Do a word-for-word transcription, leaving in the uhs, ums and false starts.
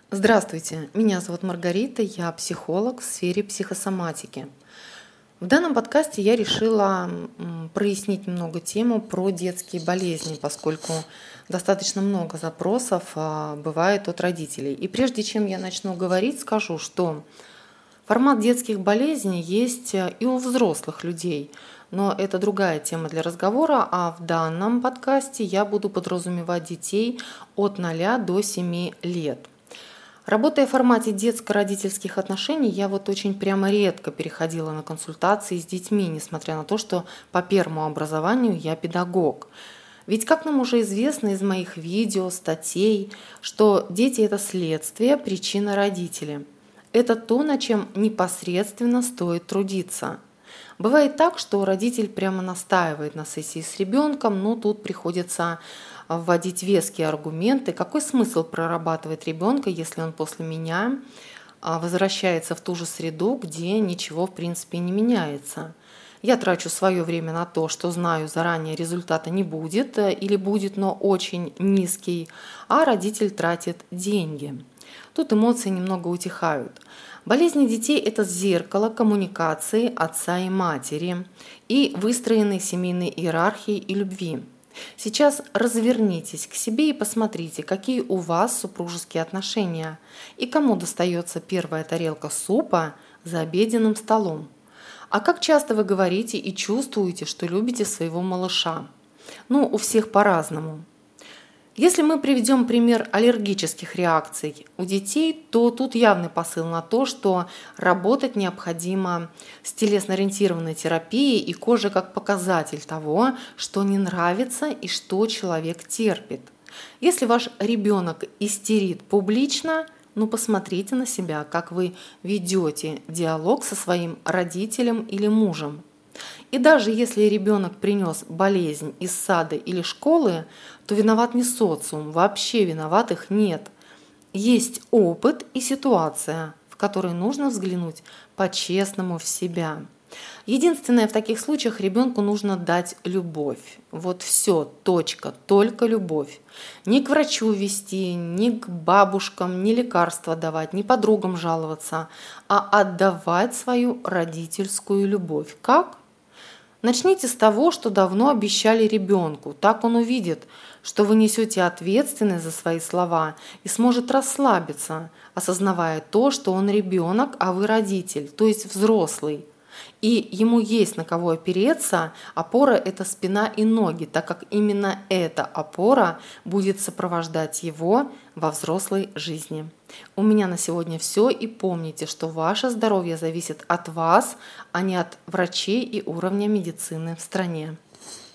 Здравствуйте, меня зовут Маргарита, я психолог в сфере психосоматики. В данном подкасте я решила м, прояснить немного тему про детские болезни, поскольку достаточно много запросов а, бывает от родителей. И прежде чем я начну говорить, скажу, что формат детских болезней есть э, и у взрослых людей, но это другая тема для разговора, а в данном подкасте я буду подразумевать детей от ноля до семи лет. Работая в формате детско-родительских отношений, я вот очень прямо редко переходила на консультации с детьми, несмотря на то, что по первому образованию я педагог. Ведь, как нам уже известно из моих видео, статей, что дети – это следствие, причина родители. Это то, над чем непосредственно стоит трудиться. Бывает так, что родитель прямо настаивает на сессии с ребенком, но тут приходится вводить веские аргументы. Какой смысл прорабатывать ребенка, если он после меня возвращается в ту же среду, где ничего в принципе не меняется? Я трачу свое время на то, что знаю заранее результата не будет или будет, но очень низкий, а родитель тратит деньги. Тут эмоции немного утихают. Болезни детей – это зеркало коммуникации отца и матери и выстроенной семейной иерархии и любви. Сейчас развернитесь к себе и посмотрите, какие у вас супружеские отношения и кому достается первая тарелка супа за обеденным столом. А как часто вы говорите и чувствуете, что любите своего малыша? Ну, у всех по-разному. Если мы приведем пример аллергических реакций у детей, то тут явный посыл на то, что работать необходимо с телесно-ориентированной терапией и кожа как показатель того, что не нравится и что человек терпит. Если ваш ребенок истерит публично, ну посмотрите на себя, как вы ведете диалог со своим родителем или мужем. И даже если ребенок принес болезнь из сада или школы, то виноват не социум, вообще виноватых нет. Есть опыт и ситуация, в которой нужно взглянуть по-честному в себя. Единственное, в таких случаях ребенку нужно дать любовь. Вот все, точка, только любовь. Ни к врачу вести, ни к бабушкам, ни лекарства давать, ни подругам жаловаться, а отдавать свою родительскую любовь. Как? Начните с того, что давно обещали ребенку. Так он увидит, что вы несете ответственность за свои слова и сможет расслабиться, осознавая то, что он ребенок, а вы родитель, то есть взрослый. И ему есть на кого опереться, опора – это спина и ноги, так как именно эта опора будет сопровождать его во взрослой жизни. У меня на сегодня все, и помните, что ваше здоровье зависит от вас, а не от врачей и уровня медицины в стране.